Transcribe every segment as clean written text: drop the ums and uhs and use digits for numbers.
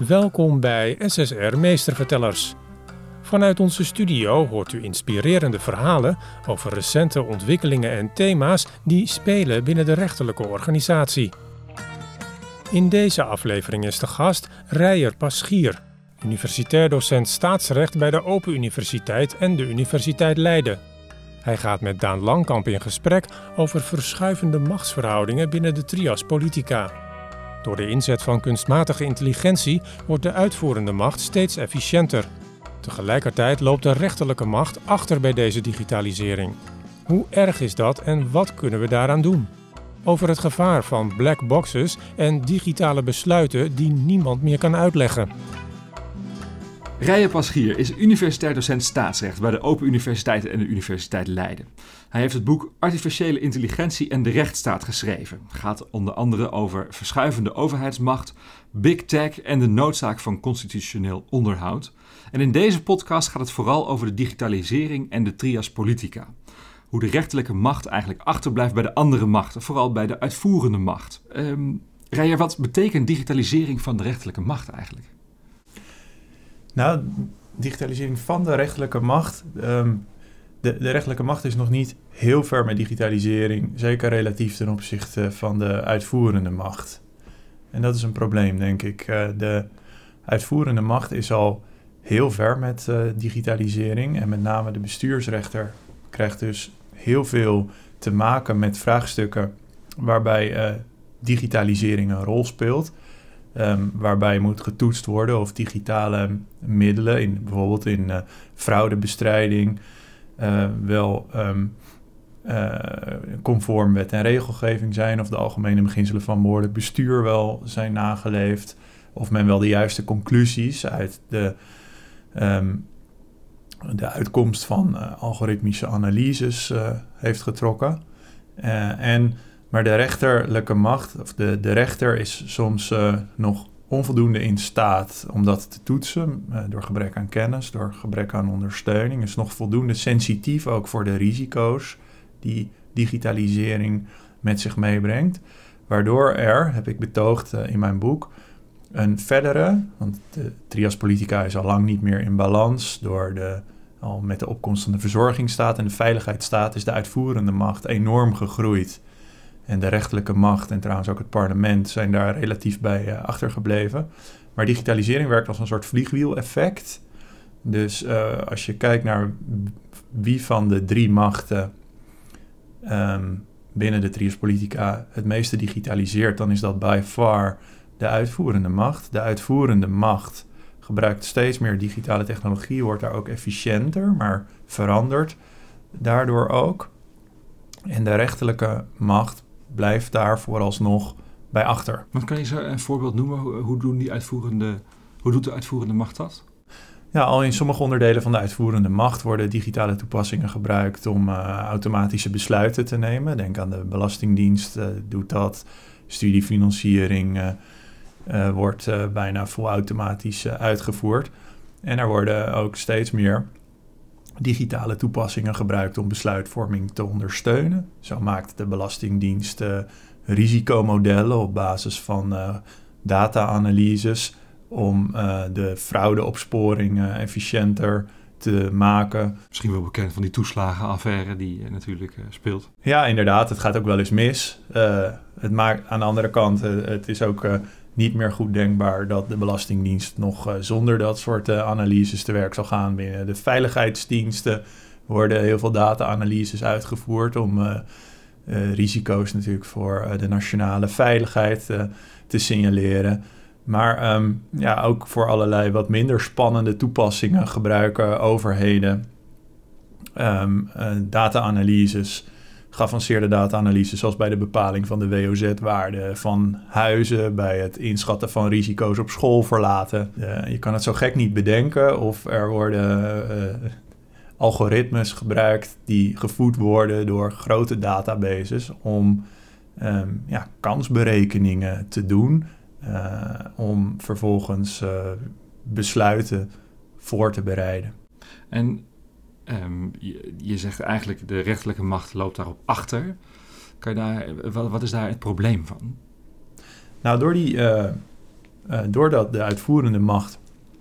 Welkom bij SSR Meestervertellers. Vanuit onze studio hoort u inspirerende verhalen over recente ontwikkelingen en thema's die spelen binnen de rechterlijke organisatie. In deze aflevering is de gast Reijer Paschier, universitair docent staatsrecht bij de Open Universiteit en de Universiteit Leiden. Hij gaat met Daan Langkamp in gesprek over verschuivende machtsverhoudingen binnen de trias politica. Door de inzet van kunstmatige intelligentie wordt de uitvoerende macht steeds efficiënter. Tegelijkertijd loopt de rechterlijke macht achter bij deze digitalisering. Hoe erg is dat en wat kunnen we daaraan doen? Over het gevaar van black boxes en digitale besluiten die niemand meer kan uitleggen. Reijer Paschier is universitair docent staatsrecht bij de Open Universiteit en de Universiteit Leiden. Hij heeft het boek Artificiële Intelligentie en de Rechtsstaat geschreven. Het gaat onder andere over verschuivende overheidsmacht, big tech en de noodzaak van constitutioneel onderhoud. En in deze podcast gaat het vooral over de digitalisering en de trias politica. Hoe de rechterlijke macht eigenlijk achterblijft bij de andere machten, vooral bij de uitvoerende macht. Reijer, wat betekent digitalisering van de rechterlijke macht eigenlijk? Nou, digitalisering van de rechterlijke macht. De rechterlijke macht is nog niet heel ver met digitalisering. Zeker relatief ten opzichte van de uitvoerende macht. En dat is een probleem, denk ik. De uitvoerende macht is al heel ver met digitalisering. En met name de bestuursrechter krijgt dus heel veel te maken met vraagstukken waarbij digitalisering een rol speelt. Waarbij moet getoetst worden of digitale middelen, bijvoorbeeld in fraudebestrijding, wel conform wet en regelgeving zijn, of de algemene beginselen van behoorlijk bestuur wel zijn nageleefd, of men wel de juiste conclusies uit de uitkomst van algoritmische analyses heeft getrokken. Maar de rechterlijke macht, of de rechter is soms nog onvoldoende in staat om dat te toetsen. Door gebrek aan kennis, door gebrek aan ondersteuning. Is nog voldoende sensitief ook voor de risico's die digitalisering met zich meebrengt. Waardoor er, heb ik betoogd in mijn boek, een verdere, want de trias politica is al lang niet meer in balans al met de opkomst van de verzorgingsstaat en de veiligheidsstaat is de uitvoerende macht enorm gegroeid. En de rechterlijke macht en trouwens ook het parlement zijn daar relatief bij achtergebleven. Maar digitalisering werkt als een soort vliegwiel-effect. Dus als je kijkt naar wie van de drie machten binnen de trias politica het meeste digitaliseert, dan is dat by far de uitvoerende macht. De uitvoerende macht gebruikt steeds meer digitale technologie, wordt daar ook efficiënter, maar verandert daardoor ook. En de rechterlijke macht blijft daar vooralsnog bij achter. Maar kan je zo een voorbeeld noemen? Hoe doet de uitvoerende macht dat? Ja, al in sommige onderdelen van de uitvoerende macht worden digitale toepassingen gebruikt om automatische besluiten te nemen. Denk aan de Belastingdienst, doet dat. Studiefinanciering wordt bijna volautomatisch uitgevoerd. En er worden ook steeds meer digitale toepassingen gebruikt om besluitvorming te ondersteunen. Zo maakt de Belastingdienst risicomodellen op basis van data-analyses om de fraudeopsporing efficiënter te maken. Misschien wel bekend van die toeslagenaffaire die natuurlijk speelt. Ja, inderdaad. Het gaat ook wel eens mis. Het maakt aan de andere kant, het is ook niet meer goed denkbaar dat de Belastingdienst nog zonder dat soort analyses te werk zal gaan. Binnen de veiligheidsdiensten worden heel veel data-analyses uitgevoerd om risico's natuurlijk voor de nationale veiligheid te signaleren. Maar ook voor allerlei wat minder spannende toepassingen gebruiken overheden data-analyses, geavanceerde data-analyses, zoals bij de bepaling van de WOZ-waarde van huizen, bij het inschatten van risico's op schoolverlaten. Je kan het zo gek niet bedenken of er worden algoritmes gebruikt die gevoed worden door grote databases om kansberekeningen te doen, om vervolgens besluiten voor te bereiden. En je zegt eigenlijk de rechterlijke macht loopt daarop achter. Wat is daar het probleem van? Nou, door die doordat de uitvoerende macht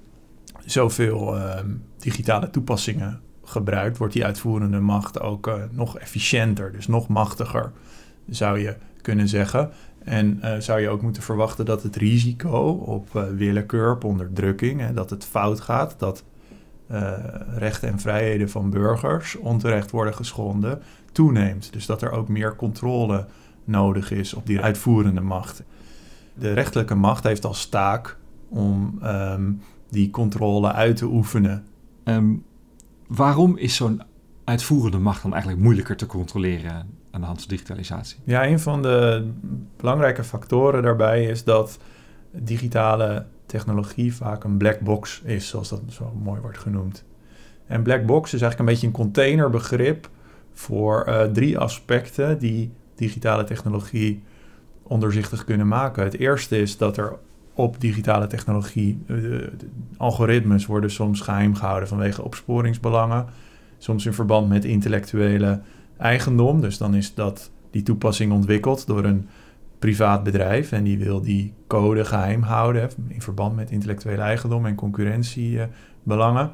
zoveel digitale toepassingen gebruikt, wordt die uitvoerende macht ook nog efficiënter, dus nog machtiger, zou je kunnen zeggen. En zou je ook moeten verwachten dat het risico op willekeur, op onderdrukking, dat het fout gaat, dat rechten en vrijheden van burgers onterecht worden geschonden, toeneemt. Dus dat er ook meer controle nodig is op die uitvoerende macht. De rechterlijke macht heeft als taak om die controle uit te oefenen. Waarom is zo'n uitvoerende macht dan eigenlijk moeilijker te controleren aan de hand van digitalisatie? Ja, een van de belangrijke factoren daarbij is dat digitale technologie vaak een black box is, zoals dat zo mooi wordt genoemd. En black box is eigenlijk een beetje een containerbegrip voor 3 aspecten die digitale technologie onderzichtig kunnen maken. Het eerste is dat er op digitale technologie de algoritmes worden soms geheim gehouden vanwege opsporingsbelangen, soms in verband met intellectuele eigendom. Dus dan is die toepassing ontwikkeld door een privaat bedrijf en die wil die code geheim houden in verband met intellectuele eigendom en concurrentiebelangen.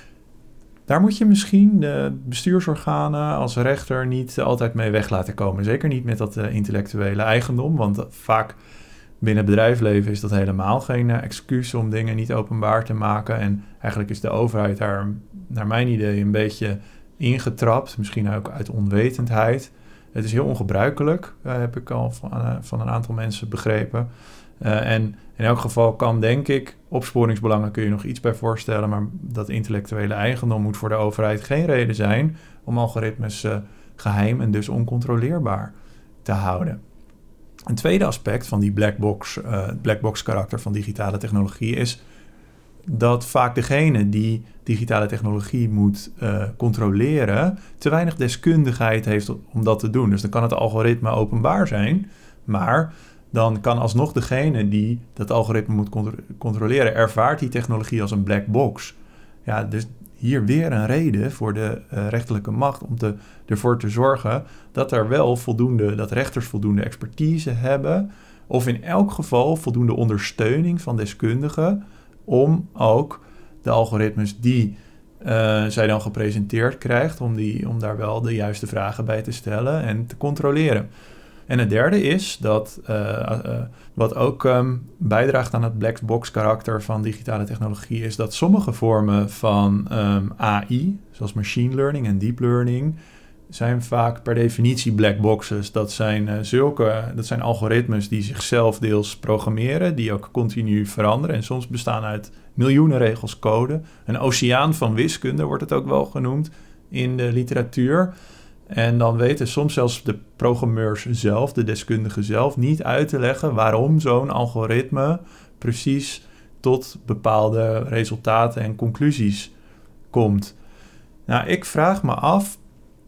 Daar moet je misschien de bestuursorganen als rechter niet altijd mee weg laten komen. Zeker niet met dat intellectuele eigendom, want vaak binnen het bedrijfsleven is dat helemaal geen excuus om dingen niet openbaar te maken. En eigenlijk is de overheid daar, naar mijn idee, een beetje ingetrapt. Misschien ook uit onwetendheid. Het is heel ongebruikelijk, heb ik al van een aantal mensen begrepen. En in elk geval kan, denk ik, opsporingsbelangen kun je nog iets bij voorstellen, maar dat intellectuele eigendom moet voor de overheid geen reden zijn om algoritmes geheim en dus oncontroleerbaar te houden. Een tweede aspect van die black box karakter van digitale technologie is dat vaak degene die digitale technologie moet controleren te weinig deskundigheid heeft om dat te doen. Dus dan kan het algoritme openbaar zijn, maar dan kan alsnog degene die dat algoritme moet controleren ervaart die technologie als een black box. Ja, dus hier weer een reden voor de rechterlijke macht om ervoor te zorgen dat er wel dat rechters voldoende expertise hebben, of in elk geval voldoende ondersteuning van deskundigen om ook de algoritmes die zij dan gepresenteerd krijgt, om daar wel de juiste vragen bij te stellen en te controleren. En het derde is dat, wat ook bijdraagt aan het black box karakter van digitale technologie, is dat sommige vormen van AI, zoals machine learning en deep learning, zijn vaak per definitie black boxes. Dat zijn algoritmes die zichzelf deels programmeren, die ook continu veranderen en soms bestaan uit miljoenen regels code. Een oceaan van wiskunde wordt het ook wel genoemd in de literatuur. En dan weten soms zelfs de programmeurs zelf, de deskundigen zelf, niet uit te leggen waarom zo'n algoritme precies tot bepaalde resultaten en conclusies komt. Nou, ik vraag me af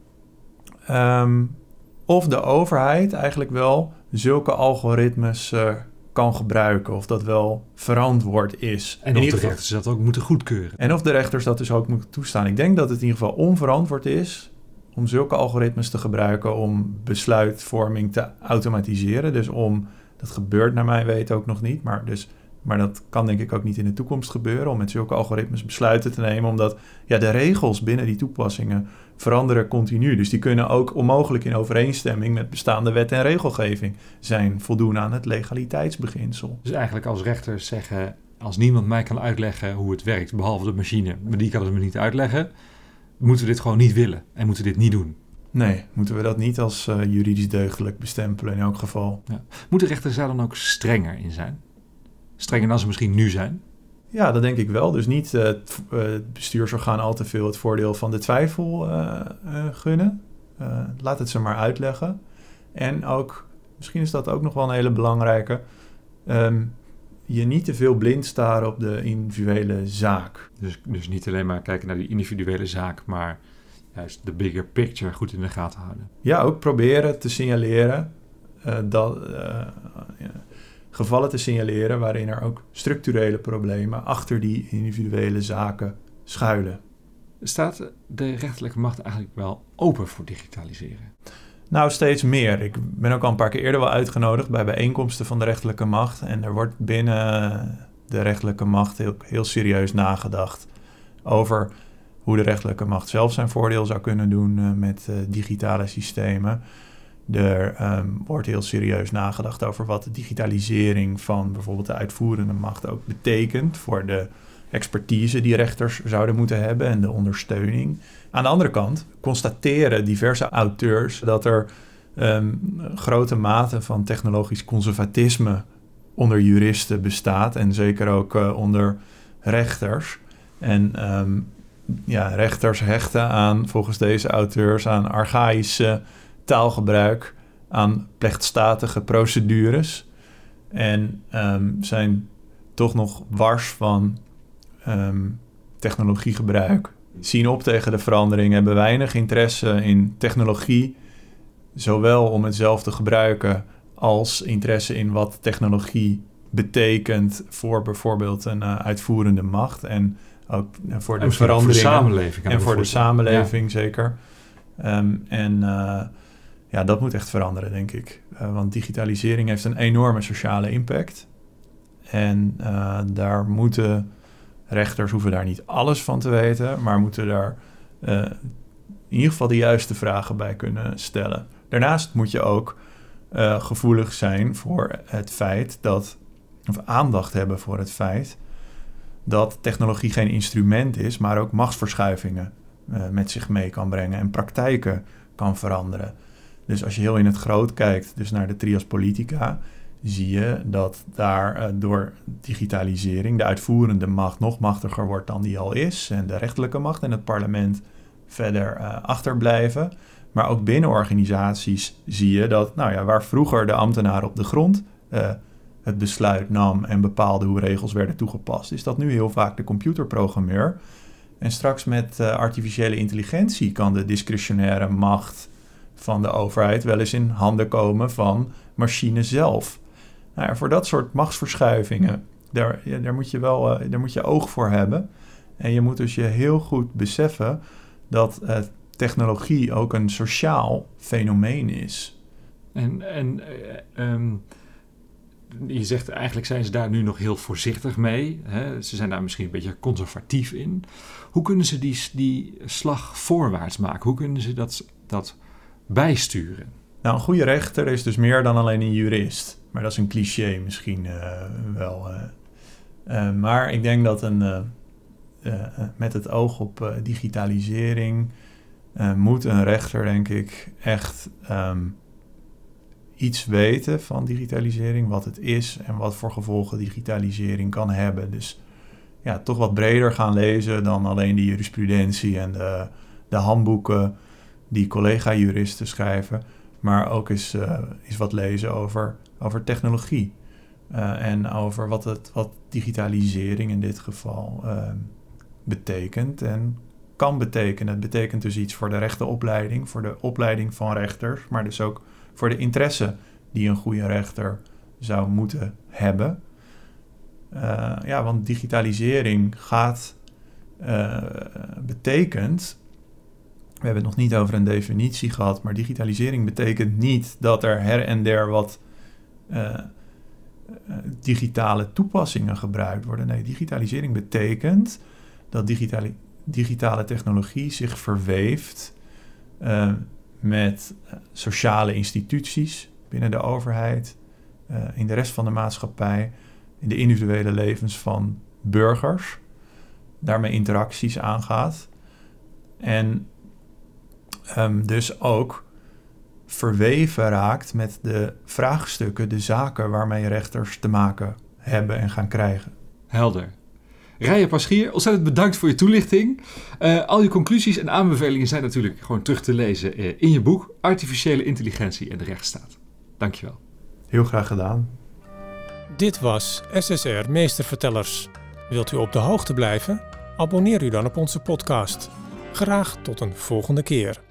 of de overheid eigenlijk wel zulke algoritmes kan gebruiken, of dat wel verantwoord is. En of de rechters dat ook moeten goedkeuren. En of de rechters dat dus ook moeten toestaan. Ik denk dat het in ieder geval onverantwoord is om zulke algoritmes te gebruiken om besluitvorming te automatiseren. Dus dat gebeurt naar mijn weten ook nog niet, maar dat kan denk ik ook niet in de toekomst gebeuren, om met zulke algoritmes besluiten te nemen, omdat de regels binnen die toepassingen veranderen continu. Dus die kunnen ook onmogelijk in overeenstemming met bestaande wet en regelgeving zijn, voldoen aan het legaliteitsbeginsel. Dus eigenlijk als rechters zeggen, als niemand mij kan uitleggen hoe het werkt, behalve de machine, maar die kan het me niet uitleggen, moeten we dit gewoon niet willen en moeten we dit niet doen. Nee, moeten we dat niet als juridisch deugdelijk bestempelen in elk geval. Ja. Moeten rechters daar dan ook strenger in zijn? Strenger dan ze misschien nu zijn? Ja, dat denk ik wel. Dus niet het bestuursorgaan al te veel het voordeel van de twijfel gunnen. Laat het ze maar uitleggen. En ook, misschien is dat ook nog wel een hele belangrijke, je niet te veel blind staren op de individuele zaak. Dus niet alleen maar kijken naar die individuele zaak, maar juist de bigger picture goed in de gaten houden. Ja, ook proberen te signaleren gevallen te signaleren waarin er ook structurele problemen achter die individuele zaken schuilen. Staat de rechterlijke macht eigenlijk wel open voor digitaliseren? Nou, steeds meer. Ik ben ook al een paar keer eerder wel uitgenodigd bij bijeenkomsten van de rechterlijke macht. En er wordt binnen de rechterlijke macht heel serieus nagedacht over hoe de rechterlijke macht zelf zijn voordeel zou kunnen doen met digitale systemen. Er wordt heel serieus nagedacht over wat de digitalisering van bijvoorbeeld de uitvoerende macht ook betekent voor de expertise die rechters zouden moeten hebben en de ondersteuning. Aan de andere kant constateren diverse auteurs dat er grote mate van technologisch conservatisme onder juristen bestaat en zeker ook onder rechters. En rechters hechten aan, volgens deze auteurs, aan archaïsche taalgebruik, aan plechtstatige procedures en zijn toch nog wars van technologiegebruik, zien op tegen de verandering, hebben weinig interesse in technologie, zowel om het zelf te gebruiken als interesse in wat technologie betekent voor bijvoorbeeld een uitvoerende macht en ook voor de veranderingen. Voor de samenleving. En voor de samenleving, zeker. Dat moet echt veranderen, denk ik. Want digitalisering heeft een enorme sociale impact. En daar moeten rechters hoeven daar niet alles van te weten, maar moeten daar in ieder geval de juiste vragen bij kunnen stellen. Daarnaast moet je ook gevoelig zijn voor het feit of aandacht hebben voor het feit dat technologie geen instrument is, maar ook machtsverschuivingen met zich mee kan brengen en praktijken kan veranderen. Dus als je heel in het groot kijkt, dus naar de trias politica, zie je dat daar door digitalisering de uitvoerende macht nog machtiger wordt dan die al is en de rechterlijke macht en het parlement verder achterblijven. Maar ook binnen organisaties zie je dat, waar vroeger de ambtenaar op de grond het besluit nam en bepaalde hoe regels werden toegepast, is dat nu heel vaak de computerprogrammeur. En straks met artificiële intelligentie kan de discretionaire macht van de overheid wel eens in handen komen van machine zelf. Voor dat soort machtsverschuivingen, daar moet je oog voor hebben. En je moet dus je heel goed beseffen dat technologie ook een sociaal fenomeen is. En je zegt eigenlijk zijn ze daar nu nog heel voorzichtig mee. Hè? Ze zijn daar misschien een beetje conservatief in. Hoe kunnen ze die slag voorwaarts maken? Hoe kunnen ze dat bijsturen? Nou, een goede rechter is dus meer dan alleen een jurist. Maar dat is een cliché misschien wel. Maar ik denk dat met het oog op digitalisering moet een rechter, denk ik, echt iets weten van digitalisering, wat het is en wat voor gevolgen digitalisering kan hebben. Dus toch wat breder gaan lezen dan alleen de jurisprudentie en de handboeken die collega-juristen schrijven, maar ook eens wat lezen over technologie en over wat digitalisering in dit geval betekent en kan betekenen. Het betekent dus iets voor de rechtenopleiding, voor de opleiding van rechters, maar dus ook voor de interesse die een goede rechter zou moeten hebben. Want digitalisering betekent, we hebben het nog niet over een definitie gehad, maar digitalisering betekent niet dat er her en der wat digitale toepassingen gebruikt worden. Nee, digitalisering betekent dat digitale technologie zich verweeft met sociale instituties binnen de overheid, in de rest van de maatschappij, in de individuele levens van burgers, daarmee interacties aangaat en dus ook verweven raakt met de vraagstukken, de zaken waarmee rechters te maken hebben en gaan krijgen. Helder. Rijen Paschier, ontzettend bedankt voor je toelichting. Al je conclusies en aanbevelingen zijn natuurlijk gewoon terug te lezen in je boek Artificiële Intelligentie en de Rechtsstaat. Dankjewel. Heel graag gedaan. Dit was SSR Meestervertellers. Wilt u op de hoogte blijven? Abonneer u dan op onze podcast. Graag tot een volgende keer.